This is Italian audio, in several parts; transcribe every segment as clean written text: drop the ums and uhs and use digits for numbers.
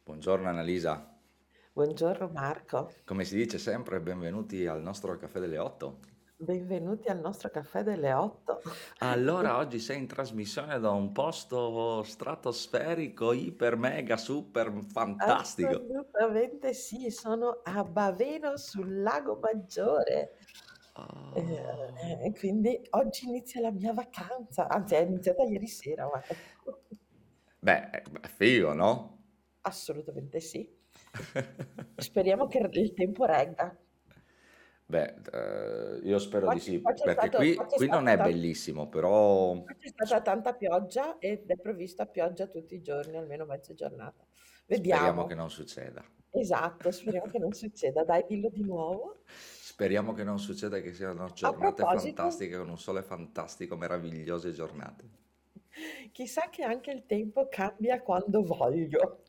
Buongiorno Annalisa, Buongiorno Marco, come si dice sempre, benvenuti al nostro caffè delle 8. benvenuti al nostro caffè delle 8. Allora, oggi sei in trasmissione da un posto stratosferico, iper, mega, super, fantastico. Assolutamente sì, sono a Baveno sul Lago Maggiore. Oh. E quindi oggi inizia la mia vacanza, anzi è iniziata ieri sera, guarda. Beh, è figo, no? Assolutamente sì. Speriamo che il tempo regga. Beh, io spero Qua di c'è sì, qua c'è perché stato, qua qui, c'è qui non stata è tan- bellissimo, però qua c'è stata tanta pioggia ed è prevista pioggia tutti i giorni, almeno mezza giornata. speriamo che Vediamo. non succeda. Esatto, speriamo che non succeda. Dai, dillo di nuovo. Speriamo che non succeda, che siano A giornate proposito, fantastiche, con un sole fantastico, meravigliose giornate. chissà che anche il tempo cambia quando voglio.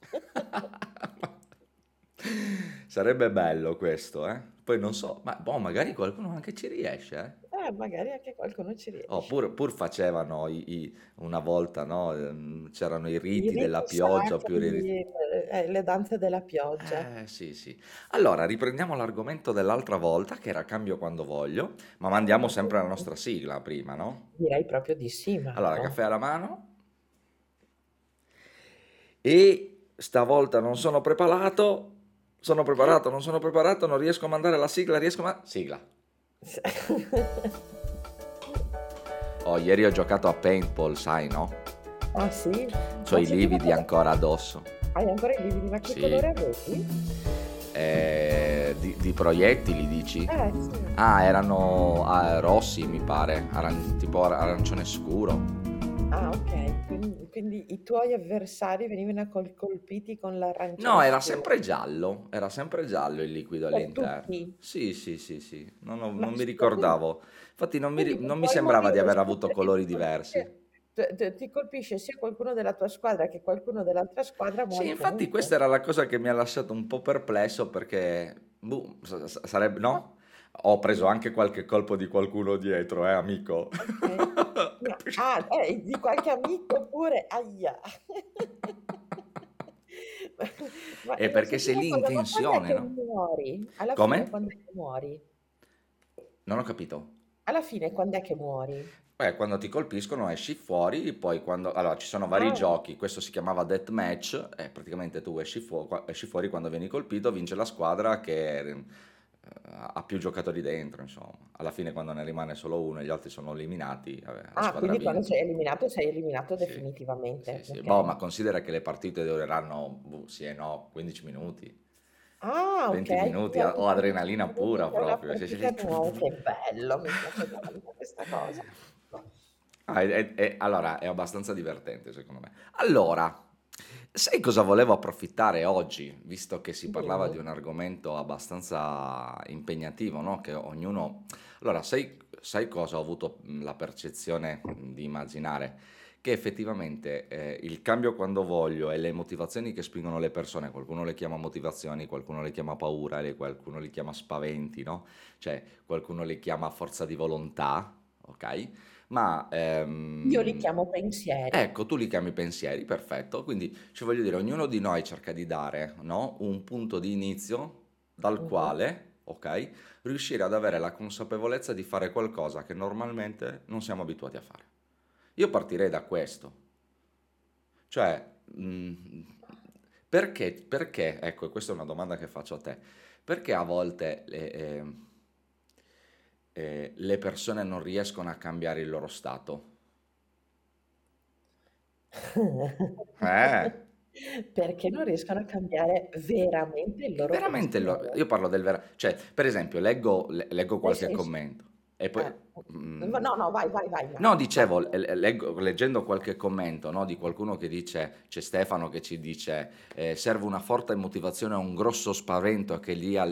Sarebbe bello questo, eh? Poi non so, ma boh, magari qualcuno anche ci riesce, eh? Magari anche qualcuno ci Oh, riesce. pur facevano una volta, no? C'erano i I riti della riti pioggia, sacri, le danze della pioggia. sì, sì. Allora, riprendiamo l'argomento dell'altra volta, che era cambio quando voglio, ma mandiamo Molto sempre la bene. nostra sigla prima, no? Direi proprio di sì, Allora, Marco. caffè alla mano. E stavolta non sono preparato, sono preparato, non sono preparato, non riesco a mandare la sigla, Sigla. Oh, ieri ho giocato a paintball, sai, no? Ah sì? C'ho Ma i ci dimmi lividi cosa... ancora addosso. Hai ancora i lividi, ma che Sì. colore avevi? Di proiettili, dici? Sì. Ah, erano rossi, mi pare, tipo arancione scuro. Ah, ok. Quindi i tuoi avversari venivano colpiti con No, l'arancione scuro. era sempre giallo il liquido Per all'interno. tutti. Sì, sì, sì, sì, Ma non mi scusa, ricordavo. Infatti quindi non mi puoi sembrava di morire aver sia avuto perché colori diversi. ti colpisce sia qualcuno della tua squadra che qualcuno dell'altra squadra, Sì, muori infatti comunque. questa era la cosa che mi ha lasciato un po' perplesso perché, boh, sarebbe, Ma, no? Ho preso anche qualche colpo di qualcuno dietro, amico. ok. Di qualche amico pure, aia. Ma E perché sei senti una lì in cosa, ma quando è tensione, che no? muori? Alla fine Come? quando è che muori? Non ho capito. Alla fine quando è che muori? Quando ti colpiscono esci fuori, poi quando... Allora, ci sono vari Ah, giochi, questo si chiamava Deathmatch, e praticamente tu esci fuori quando vieni colpito, vince la squadra che ha più giocatori dentro, insomma. Alla fine quando ne rimane solo uno e gli altri sono eliminati, vabbè, la squadra quindi quando vince. sei eliminato Sì, sì, definitivamente, sì. Boh, ok. ma considera che le partite dureranno, boh, sì e no, 15 minuti, Ah, 20 ok, quindi minuti, ogni o tanto adrenalina succede pura c'è una proprio. partita nuova, che bello, mi piace tanto questa cosa. Ah, allora, è abbastanza divertente secondo me. Allora, sai cosa volevo approfittare oggi, visto che si parlava Dimmi. di un argomento abbastanza impegnativo, no? Che ognuno... Allora, sai cosa ho avuto la percezione di immaginare? Che effettivamente il cambio quando voglio e le motivazioni che spingono le persone, qualcuno le chiama motivazioni, qualcuno le chiama paura, qualcuno le chiama spaventi, no? Cioè, qualcuno le chiama forza di volontà, ok? Ma Io li chiamo pensieri. ecco, tu li chiami pensieri, perfetto. Quindi ci voglio dire, ognuno di noi cerca di dare, no, un punto di inizio dal Mhm. quale, ok, riuscire ad avere la consapevolezza di fare qualcosa che normalmente non siamo abituati a fare. Io partirei da questo, cioè, perché, ecco, e questa è una domanda che faccio a te, perché a volte le persone non riescono a cambiare il loro stato? Eh? Perché non riescono a cambiare veramente il Che loro veramente pensiero. io parlo del cioè, per esempio, leggo Nel qualche senso, commento e poi... mm, no, no, vai no, Marco, vai. dicevo, leggendo qualche commento, no, di qualcuno che dice, c'è Stefano che ci dice, serve una forte motivazione, un grosso spavento che dia,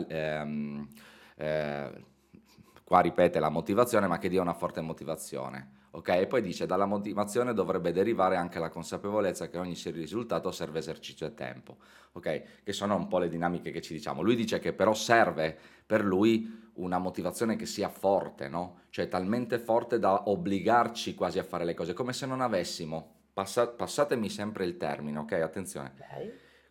eh, qua ripete la motivazione, ma che dia una forte motivazione. Ok? E poi dice, dalla motivazione dovrebbe derivare anche la consapevolezza che ogni risultato serve esercizio e tempo. Ok? Che sono un po' le dinamiche che ci diciamo. Lui dice che però serve per lui una motivazione che sia forte, no? Cioè talmente forte da obbligarci quasi a fare le cose, come se non avessimo, passatemi sempre il termine, ok? Attenzione, Ok?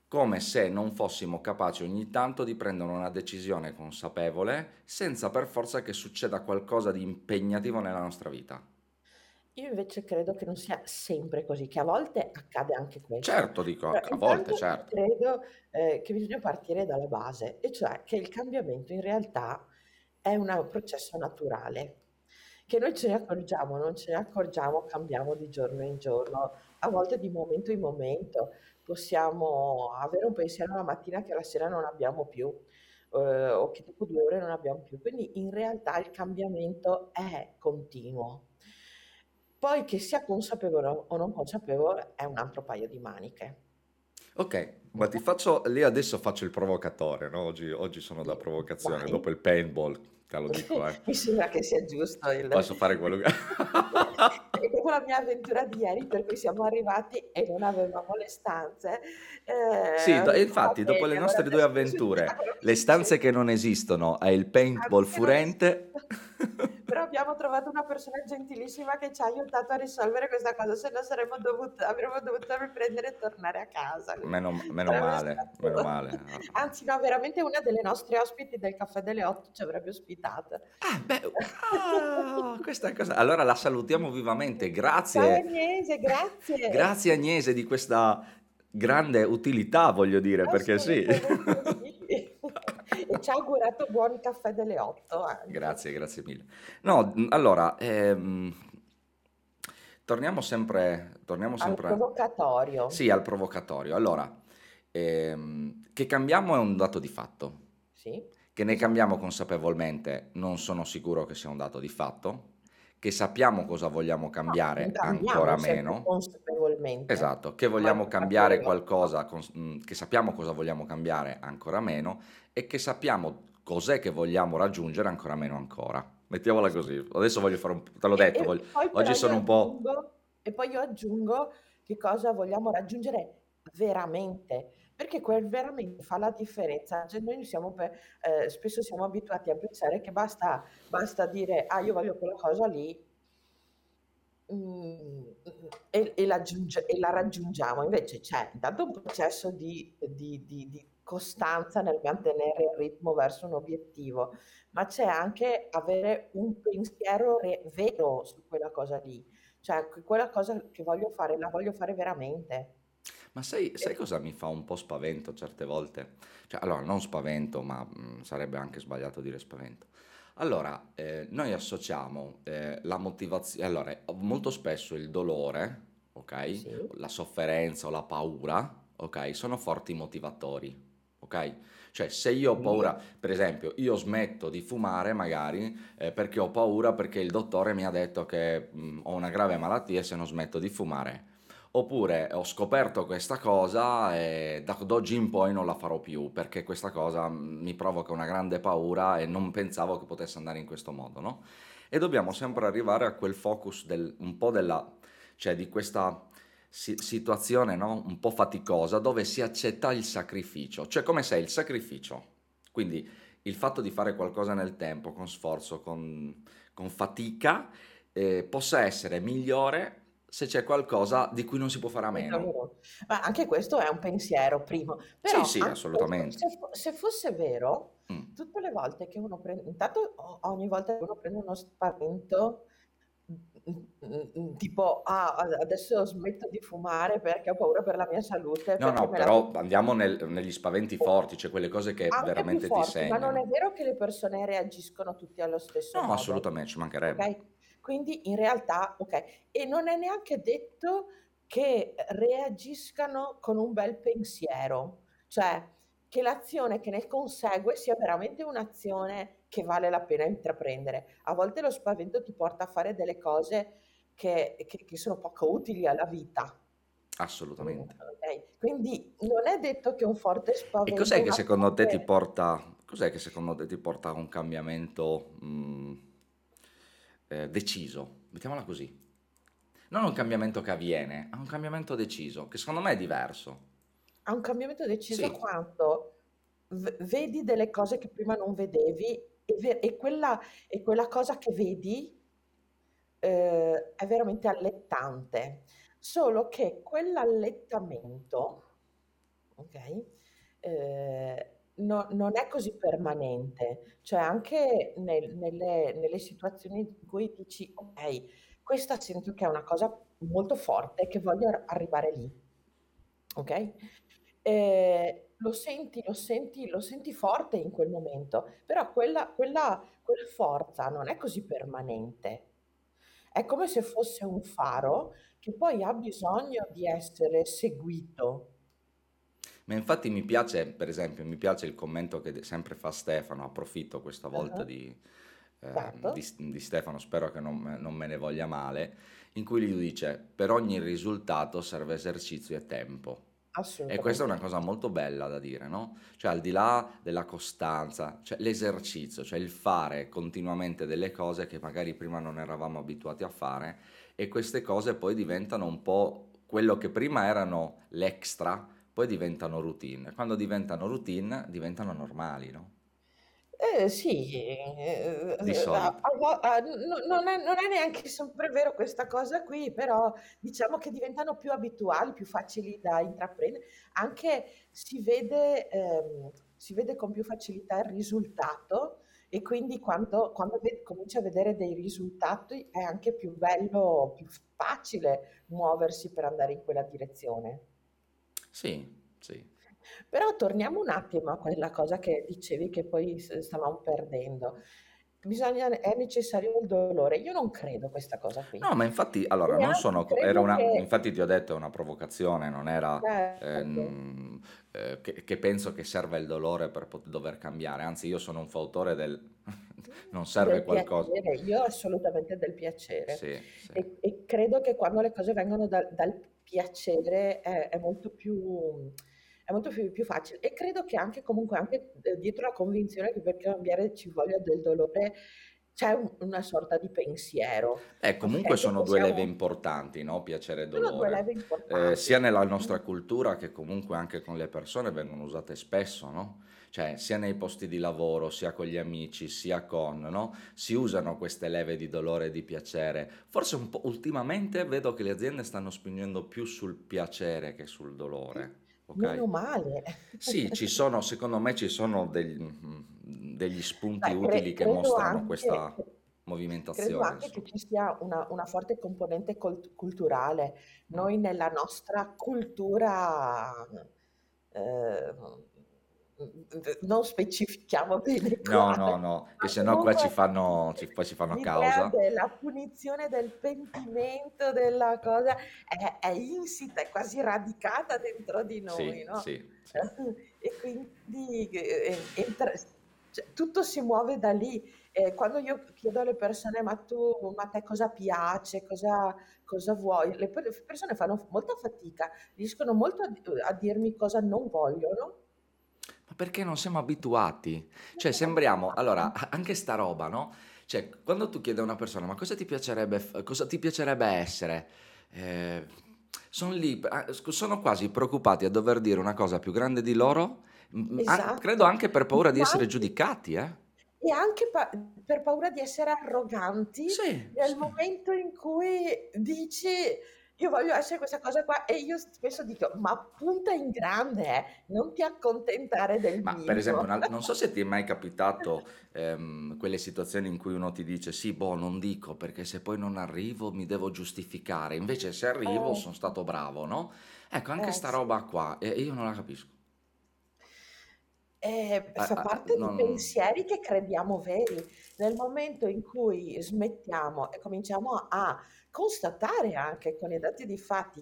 come se non fossimo capaci ogni tanto di prendere una decisione consapevole senza per forza che succeda qualcosa di impegnativo nella nostra vita. Io invece credo che non sia sempre così, che a volte accade anche questo. Certo, dico, Però a volte, intanto certo. credo, che bisogna partire dalla base, e cioè che il cambiamento in realtà è una processo naturale, che noi ce ne accorgiamo, non ce ne accorgiamo, cambiamo di giorno in giorno, a volte di momento in momento. Possiamo avere un pensiero la mattina che alla sera non abbiamo più, o che dopo 2 ore non abbiamo più. Quindi in realtà il cambiamento è continuo. Poi che sia consapevole o non consapevole è un altro paio di maniche. Ok, ma ti Okay? faccio, lì adesso faccio il provocatore, no? Oggi sono da Sì, provocazione, vai. dopo il paintball, te lo dico, eh. Mi sembra che sia giusto il Posso fare quello che... è proprio la mia avventura di ieri per cui siamo arrivati e non avevamo le stanze. Sì, Ho e detto: "Va infatti dopo le bene, allora nostre due adesso succederà avventure, quello che le stanze che succede". non esistono e il paintball Stanze che non furente... esistono. Però abbiamo trovato una persona gentilissima che ci ha aiutato a risolvere questa cosa, se no avremmo dovuto riprendere e tornare a casa, quindi Meno sarebbe male, stato meno male. anzi no, veramente una delle nostre ospiti del Caffè delle 8 ci avrebbe ospitata. Ah, beh, questa cosa... Allora la salutiamo vivamente. Ciao Grazie, Agnese, grazie. grazie Agnese di questa grande utilità, voglio dire, perché sì. Assolutamente sì. E ci ha augurato buon Caffè delle 8 anche. Grazie, grazie mille. No, allora, torniamo Al sempre, provocatorio. sì, al provocatorio. Allora, che cambiamo è un dato di fatto. Sì, Che ne esatto. cambiamo consapevolmente non sono sicuro che sia un dato di fatto. Che sappiamo cosa vogliamo No, non cambiare ancora cambiamo sempre meno. consapevolmente, Esatto, che come il vogliamo Caffè cambiare delle 8. qualcosa, che sappiamo cosa vogliamo cambiare ancora meno e che sappiamo cos'è che vogliamo raggiungere ancora meno ancora. Mettiamola Sì. così. Adesso voglio fare un... Te l'ho detto, Poi oggi però sono un po'... io aggiungo che cosa vogliamo raggiungere veramente, perché quel veramente fa la differenza. Cioè noi spesso siamo abituati a pensare che basta dire: "Ah, io voglio quella cosa lì". E la raggiungiamo. Invece c'è intanto un processo di costanza nel mantenere il ritmo verso un obiettivo, ma c'è anche avere un pensiero vero su quella cosa lì. Cioè, quella cosa che voglio fare, la voglio fare veramente. Ma sai E cosa mi fa un po' spavento certe volte? Cioè, allora, non spavento, ma sarebbe anche sbagliato dire spavento. Allora, noi associamo la motivazione... Allora, molto spesso il dolore, ok? sì, La sofferenza o la paura, ok? Sono forti motivatori, ok? Cioè, se io ho sì. paura, per esempio, io smetto di fumare magari perché ho paura perché il dottore mi ha detto che ho una grave malattia e se non smetto di fumare. Oppure ho scoperto questa cosa e da d'oggi in poi non la farò più perché questa cosa mi provoca una grande paura e non pensavo che potesse andare in questo modo, no? E dobbiamo sempre arrivare a quel focus un po' della, cioè di questa situazione, no? Un po' faticosa dove si accetta il sacrificio, cioè come se il sacrificio, quindi il fatto di fare qualcosa nel tempo, con sforzo, con fatica, possa essere migliore se c'è qualcosa di cui non si può fare a È meno. doveroso. Ma anche questo è un pensiero, primo. Sì, Però sì, anche questo, assolutamente. se fosse vero, Mm. tutte le volte che uno prende, intanto ogni volta che uno prende uno spavento, tipo, ah, adesso smetto di fumare perché ho paura per la mia salute, No, perché no, me la però andiamo negli spaventi o forti, cioè quelle cose che anche più veramente ti forti, ma non è segnano. vero che le persone reagiscono tutti allo stesso No, modo, assolutamente, ci mancherebbe. okay? Quindi in realtà okay, e non è neanche detto che reagiscano con un bel pensiero, cioè che l'azione che ne consegue sia veramente un'azione che vale la pena intraprendere. A volte lo spavento ti porta a fare delle cose che sono poco utili alla vita. Assolutamente. Okay? Quindi non è detto che un forte E spavento, una forte cos'è che secondo te ti porta a un cambiamento deciso? Mettiamola così. Non un cambiamento che avviene, a un cambiamento deciso, che secondo me è diverso. ha un cambiamento deciso Sì, quando vedi delle cose che prima non vedevi e quella cosa che vedi, è veramente allettante. Solo che quell'allettamento okay, ehm, non è così permanente. Cioè anche nelle situazioni in cui dici: "Okay, questa sento che è una cosa molto forte che voglio arrivare lì", okay, lo senti forte in quel momento, però quella forza non è così permanente. È come se fosse un faro che poi ha bisogno di essere seguito. Ma infatti mi piace, per esempio, mi piace il commento che sempre fa Stefano, approfitto questa volta Ah-ah, certo, di Stefano, spero che non me ne voglia male, in cui lui dice, per ogni risultato serve esercizio e tempo. E questa è assolutamente una sì. cosa molto bella da dire, no? Cioè al di là della costanza, cioè l'esercizio, cioè il fare continuamente delle cose che magari prima non eravamo abituati a fare e queste cose poi diventano un po' quello che prima erano l'extra, poi diventano routine. Quando diventano routine, diventano normali, no? Sì, Di a solito. a vo a no non è neanche sempre vero questa cosa qui, però diciamo che diventano più abituali, più facili da intraprendere. Anche si vede con più facilità il risultato e quindi quando cominci a vedere dei risultati è anche più bello, più facile muoversi per andare in quella direzione. Sì, sì. Però torniamo un attimo a quella cosa che dicevi che poi stavamo perdendo. È necessario il dolore. Io non credo questa cosa qui. No, ma infatti, allora, E non anzi sono, era credo una, che infatti ti ho detto, è una provocazione, non era certo, che penso che serva il dolore per dover cambiare, anzi io sono un fautore del non serve del qualcosa. piacere, io assolutamente del piacere. Sì, sì. E credo che quando le cose vengono dal piacere è molto più facile. E credo che anche comunque anche, dietro la convinzione che per cambiare ci voglia del dolore, c'è una sorta di pensiero, Comunque okay, che sono due leve possiamo importanti, no? Piacere e sono 2 dolore. leve Sia importanti. nella nostra cultura che comunque anche con le persone vengono usate spesso, no? Cioè, sia nei posti di lavoro, sia con gli amici, sia con, no? Si usano queste leve di dolore e di piacere. Forse un po' ultimamente vedo che le aziende stanno spingendo più sul piacere che sul dolore, ok? Meno male. Sì, secondo me ci sono degli spunti Beh, utili che credo mostrano anche questa credo movimentazione, anche che insomma. ci sia una forte componente culturale. Mm. Noi nella nostra cultura, ehm, non specifichiamo bene No, quale, no, no, che ma se no qua comunque poi ci fanno l'idea causa. della punizione, del pentimento, della cosa è insita, è quasi radicata dentro di noi, Sì, no, sì, sì. e quindi, entra cioè tutto si muove da lì. Quando io chiedo alle persone: "Ma a te cosa piace? Cosa vuoi?" Le persone fanno molta fatica, riescono molto a dirmi cosa non vogliono. Ma perché non siamo abituati? Non Cioè, siamo sembriamo, abituati. allora, anche sta roba, no? Cioè, quando tu chiedi a una persona, ma cosa ti piacerebbe essere? Eh, sono lì, sono quasi preoccupati a dover dire una cosa più grande di loro, credo Esatto. anche per paura di Ma essere anche giudicati, eh? E anche per paura di essere arroganti Sì, nel sì. momento in cui dici: "Io voglio essere questa cosa qua", e io spesso dico: "Ma punta in grande, non ti accontentare del Ma per esempio, minimo". non so se ti è mai capitato quelle situazioni in cui uno ti dice sì, boh, non dico perché se poi non arrivo mi devo giustificare, invece se arrivo sono Sì, stato bravo, no? Ecco, anche sta sì. roba qua, io non la capisco. Fa parte di Non... pensieri che crediamo veri. Nel momento in cui smettiamo e cominciamo a constatare anche con i dati di fatti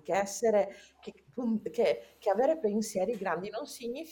che avere pensieri grandi non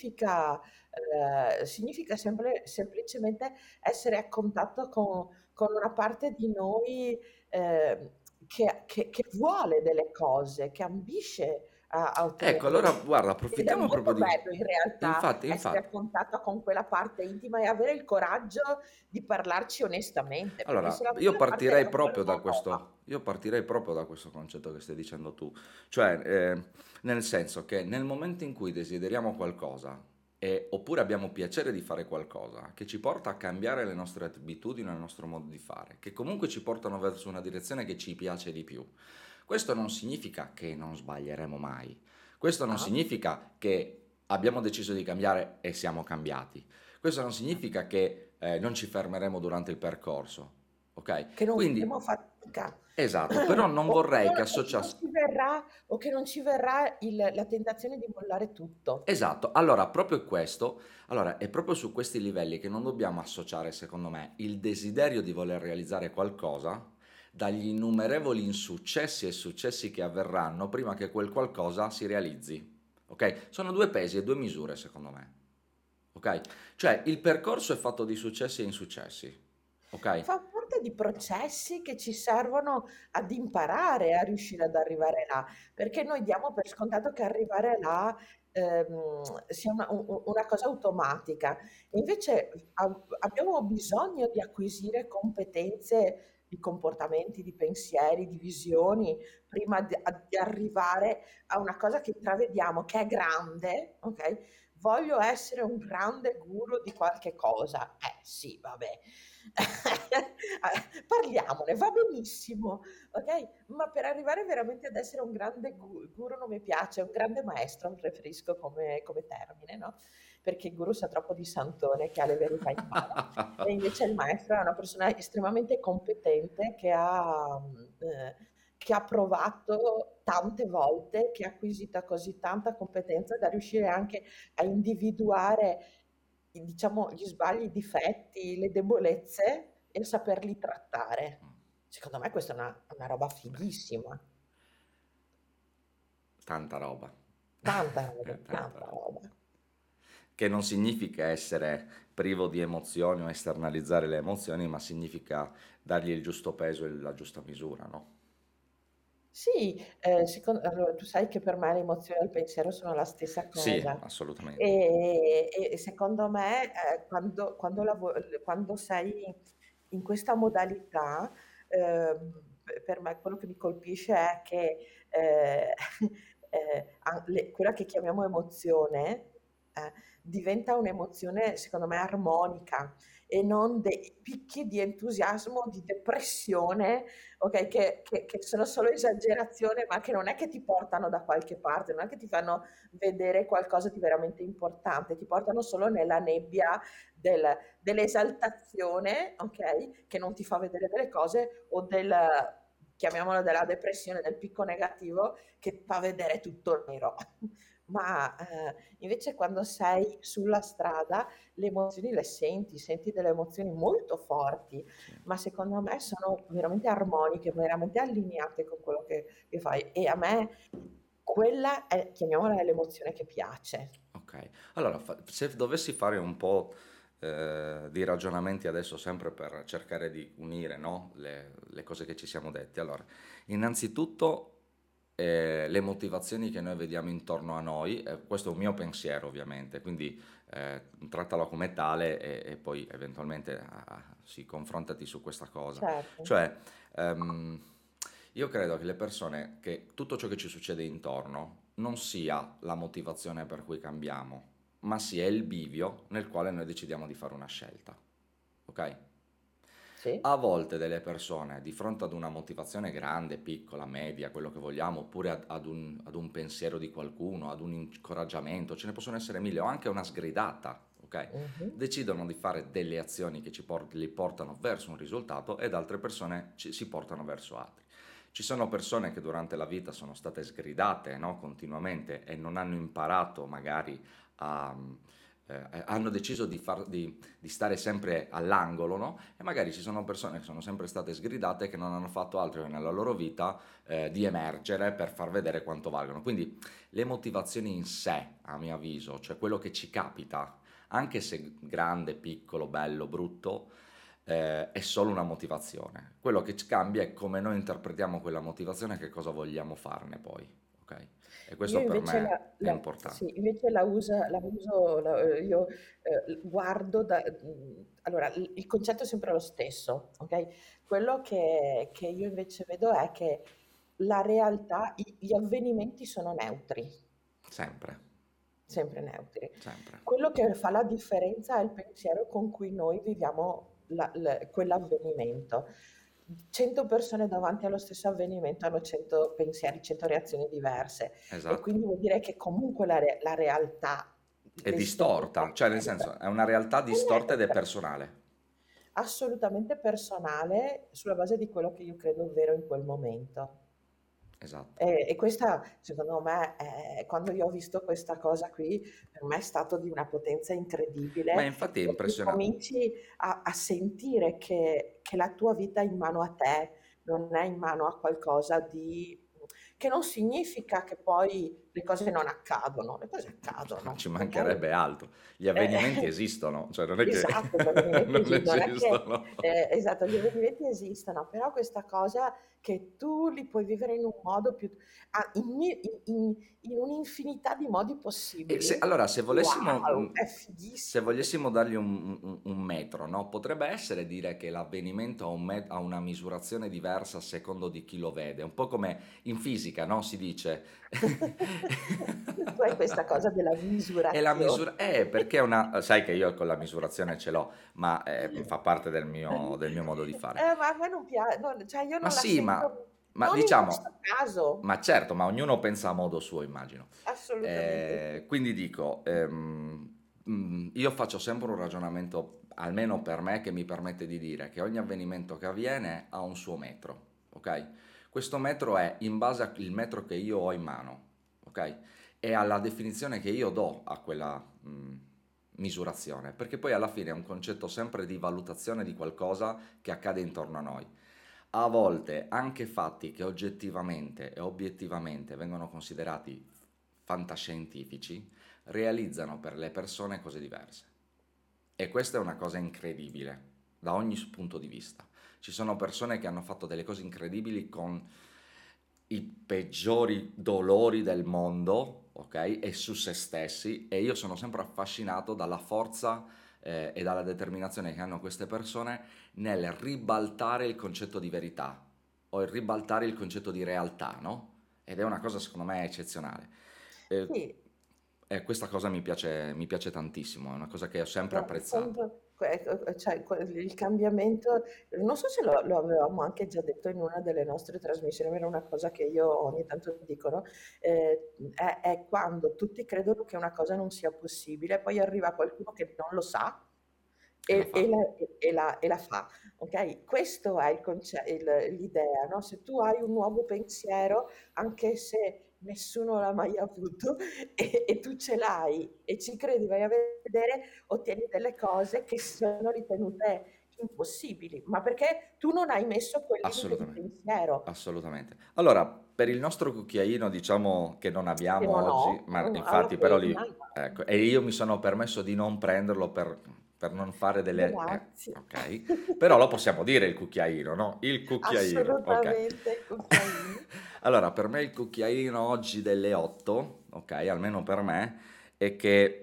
significa semplicemente essere a contatto con una parte di noi, ehm, che vuole delle cose, che ambisce a Ecco, ottenere allora delle guarda, ed è approfittiamo proprio molto di... bello in realtà Infatti, essere a infatti. contatto con quella parte intima e avere il coraggio di parlarci onestamente, perché se Allora, la maggior parte vuole una roba. io partirei proprio da questo concetto che stai dicendo tu, cioè nel senso che nel momento in cui desideriamo qualcosa oppure abbiamo piacere di fare qualcosa che ci porta a cambiare le nostre abitudini, il nostro modo di fare, che comunque ci portano verso una direzione che ci piace di più, questo non significa che non sbaglieremo mai, questo non Ah, significa che abbiamo deciso di cambiare e siamo cambiati. Questo non significa che non ci fermeremo durante il percorso, ok? Che non faremo Quindi, fatica esatto, però non vorrei che o che non associassi... ci verrà la tentazione di mollare tutto. Esatto, allora proprio questo, allora è proprio su questi livelli che non dobbiamo associare, secondo me, il desiderio di voler realizzare qualcosa dagli innumerevoli insuccessi e successi che avverranno prima che quel qualcosa si realizzi. Ok? Sono due pesi e due misure, secondo me. Ok? Cioè il percorso è fatto di successi e insuccessi. Ok? Fa parte di processi che ci servono ad imparare a riuscire ad arrivare là, perché noi diamo per scontato che arrivare là, sia una cosa automatica. Invece abbiamo bisogno di acquisire competenze di comportamenti, di pensieri, di visioni, prima di arrivare a una cosa che intravediamo che è grande, okay, voglio essere un grande guru di qualche cosa. Sì, vabbè. Parliamone, va benissimo, ok? Ma per arrivare veramente ad essere un grande guru non mi piace, un grande maestro preferisco come termine, no? Perché il guru sa troppo di santone che ha le verità in mano. E invece il maestro è una persona estremamente competente che ha provato tante volte, che ha acquisito così tanta competenza da riuscire anche a individuare, diciamo, gli sbagli, i difetti, le debolezze e saperli trattare. Secondo me questa è una roba Beh, fighissima. tanta roba. Tanta roba, Tanta tanta roba. roba. Che non significa essere privo di emozioni o esternalizzare le emozioni, ma significa dargli il giusto peso e la giusta misura, no? Sì, allora, tu sai che per me l'emozione e il pensiero sono la stessa Sì, cosa. assolutamente. E secondo me, quando sei in questa modalità, per me quello che mi colpisce è che quella che chiamiamo emozione diventa un'emozione, secondo me, armonica e non dei picchi di entusiasmo, di depressione, ok, che sono solo esagerazione, ma che non è che ti portano da qualche parte, non è che ti fanno vedere qualcosa di veramente importante, ti portano solo nella nebbia dell'esaltazione, ok, che non ti fa vedere delle cose, o chiamiamolo della depressione, del picco negativo, che fa vedere tutto nero. Ma invece quando sei sulla strada le emozioni le senti, senti delle emozioni molto forti, Sì. ma secondo me sono veramente armoniche, veramente allineate con quello che fai. E a me quella è, chiamiamola, l'emozione che piace. Ok, allora se dovessi fare un po' di ragionamenti adesso sempre per cercare di unire, no, le cose che ci siamo detti, allora, innanzitutto le motivazioni che noi vediamo intorno a noi, questo è un mio pensiero ovviamente, quindi trattalo come tale e poi eventualmente si confrontati su questa cosa. Certo. Cioè, ehm, io credo che le persone, che tutto ciò che ci succede intorno non sia la motivazione per cui cambiamo, ma sia il bivio nel quale noi decidiamo di fare una scelta. Ok? Sì? A volte delle persone, di fronte ad una motivazione grande, piccola, media, quello che vogliamo, oppure ad un pensiero di qualcuno, ad un incoraggiamento, ce ne possono essere mille, o anche una sgridata, ok? Mhm. Decidono di fare delle azioni che li portano verso un risultato ed altre persone si portano verso altri. Ci sono persone che durante la vita sono state sgridate, no, continuamente e non hanno imparato magari a... hanno deciso di stare sempre all'angolo, no? E magari ci sono persone che sono sempre state sgridate che non hanno fatto altro nella loro vita di emergere per far vedere quanto valgono. Quindi le motivazioni in sé, a mio avviso, cioè quello che ci capita, anche se grande, piccolo, bello, brutto, è solo una motivazione. Quello che ci cambia è come noi interpretiamo quella motivazione e che cosa vogliamo farne poi, ok? E Io questo per invece me è importante. sì, invece la uso, io guardo allora, il concetto è sempre lo stesso, ok? Quello che io invece vedo è che la realtà, gli avvenimenti sono neutri, Sempre, sempre neutri. sempre. Quello che fa la differenza è il pensiero con cui noi viviamo quell'avvenimento. 100 persone davanti allo stesso avvenimento hanno 100 pensieri, 100 reazioni diverse e Esatto. quindi vuol dire che comunque la realtà È l'esperienza distorta, cioè nel stessa. senso è una realtà distorta ed è È personale. assolutamente personale sulla base di quello che io credo vero in quel momento. Esatto. E questa secondo me quando io ho visto questa cosa qui, per me è stato di una potenza Ma incredibile, infatti è perché impressiona cominci a sentire che la tua vita è in mano a te, non è in mano a qualcosa di che non significa che poi le cose non accadono, le cose ma accadono, ci okay? mancherebbe altro. Gli avvenimenti Eh, esistono, cioè non è che esatto, gli avvenimenti non non è che esistono. esatto, gli avvenimenti esistono, però questa cosa che tu li puoi vivere in un modo più in un'infinità di modi E se possibili, allora wow, è se fighissimo volessimo questa dargli un metro, no, potrebbe essere dire che l'avvenimento ha una misurazione diversa a secondo di chi lo vede, un po' come in fisica, no, si dice tu hai questa cosa della è la misurazione. misura perché è una sai che io con la misurazione ce l'ho, ma, fa parte del mio modo di fare. Ma a me non cioè io Ma non la sì, sento ma non in questo diciamo caso, ma certo, ma ognuno pensa a modo suo immagino. assolutamente sì. Quindi dico, io faccio sempre un ragionamento, almeno per me, che mi permette di dire che ogni avvenimento che avviene ha un suo metro, ok? Questo metro è in base al metro che io ho in mano, ok? E alla definizione che io do a quella misurazione, perché poi alla fine è un concetto sempre di valutazione di qualcosa che accade intorno a noi. A volte anche fatti che oggettivamente e obiettivamente vengono considerati fantascientifici realizzano per le persone cose diverse. E questa è una cosa incredibile da ogni punto di vista. Ci sono persone che hanno fatto delle cose incredibili con i peggiori dolori del mondo, ok? E su se stessi, e io sono sempre affascinato dalla forza e dalla determinazione che hanno queste persone nel ribaltare il concetto di verità o il ribaltare il concetto di realtà, no? Ed è una cosa secondo me eccezionale. E, Sì. e questa cosa mi piace tantissimo, è una cosa che ho sempre No, apprezzato. quando cioè il cambiamento non so se lo avevamo anche già detto in una delle nostre trasmissioni, ma era una cosa che io ogni tanto dico, no, è quando tutti credono che una cosa non sia possibile, poi arriva qualcuno che non lo sa E la fa. e la fa, okay? Questo è l'idea, no, se tu hai un nuovo pensiero, anche se nessuno l'ha mai avuto e tu ce l'hai e ci credi, vai a vedere, ottieni delle cose che sono ritenute impossibili, ma perché tu non hai messo quel limite di Assolutamente, pensiero, assolutamente. Allora, per il nostro cucchiaino, diciamo che non che abbiamo non oggi, ho, ma alla infatti però penna. lì, ecco, e io mi sono permesso di non prenderlo per non fare delle... Grazie. ok, però lo possiamo dire il cucchiaino, no? Il cucchiaino, ok. Assolutamente il cucchiaino. Allora, per me il cucchiaino oggi delle 8, ok, almeno per me, è che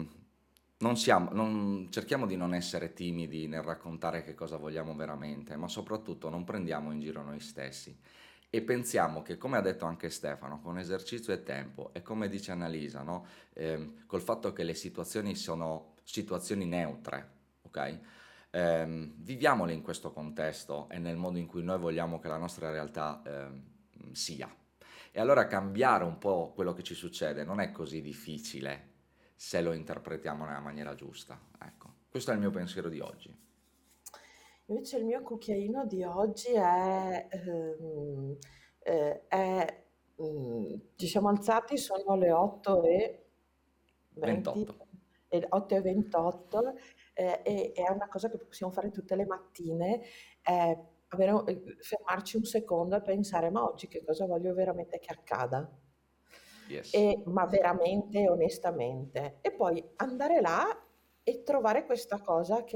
cerchiamo di non essere timidi nel raccontare che cosa vogliamo veramente, ma soprattutto non prendiamo in giro noi stessi e pensiamo che, come ha detto anche Stefano, con esercizio e tempo, e come dice Annalisa, no? Col fatto che le situazioni sono situazioni neutre, ok? Viviamole in questo contesto e nel modo in cui noi vogliamo che la nostra realtà sia. E allora cambiare un po' quello che ci succede non è così difficile se lo interpretiamo nella maniera giusta. Ecco, questo è il mio pensiero di oggi. Invece il mio cucchiaino di oggi è ci siamo alzati, sono le 8:20, 28. 8:28, e è una cosa che possiamo fare tutte le mattine, è fermarci un secondo e pensare: "Ma oggi che cosa voglio veramente che accada?" Yes, Ma veramente, onestamente. E poi andare là e trovare questa cosa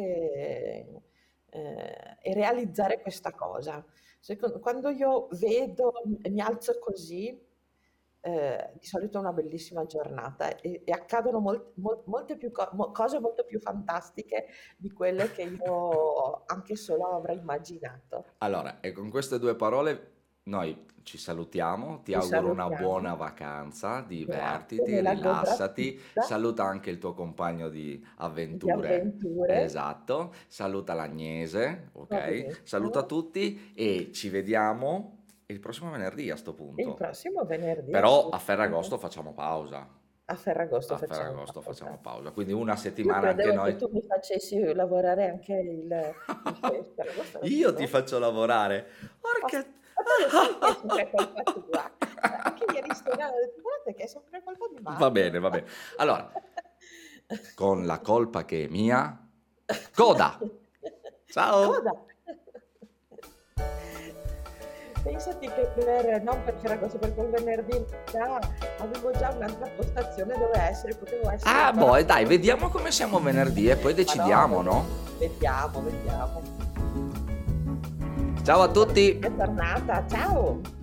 e realizzare questa cosa. Quando io vedo e mi alzo così, di solito è una bellissima giornata e accadono molte più cose molto più fantastiche di quelle che io anche solo avrei immaginato. allora, e con queste due parole noi ci salutiamo, ti Ci auguro una salutiamo. buona vacanza, Grazie, divertiti, me la godrò rilassati, tutta saluta anche il tuo compagno di di avventure, avventure. esatto, saluta l'Agnese, Va ok? Saluta benissimo. tutti e ci vediamo il prossimo venerdì a sto Il punto. prossimo venerdì Però a assolutamente. Ferragosto facciamo pausa. A Ferragosto A facciamo Ferragosto facciamo pausa. pausa, quindi una Io settimana anche credevo che noi. tu mi facessi lavorare anche il Ferragosto non ci Io ti sono. faccio lavorare. Ma Porca. tu lo sai che è sempre colpa tua? Anche ieri sera ho detto: "Guardate che è sempre colpa di Va bene, Marco." va bene. Allora, con la colpa che è mia, coda. Ciao. Coda. Pensati che non per Ferragosto, per quel venerdì là avevo già un'altra postazione dove essere, potevo essere Ah, ancora boh, e più dai, tranquilla. vediamo come siamo venerdì e poi Ma no, decidiamo, no? vediamo, vediamo. Ciao a Buona fine tutti. giornata, ciao.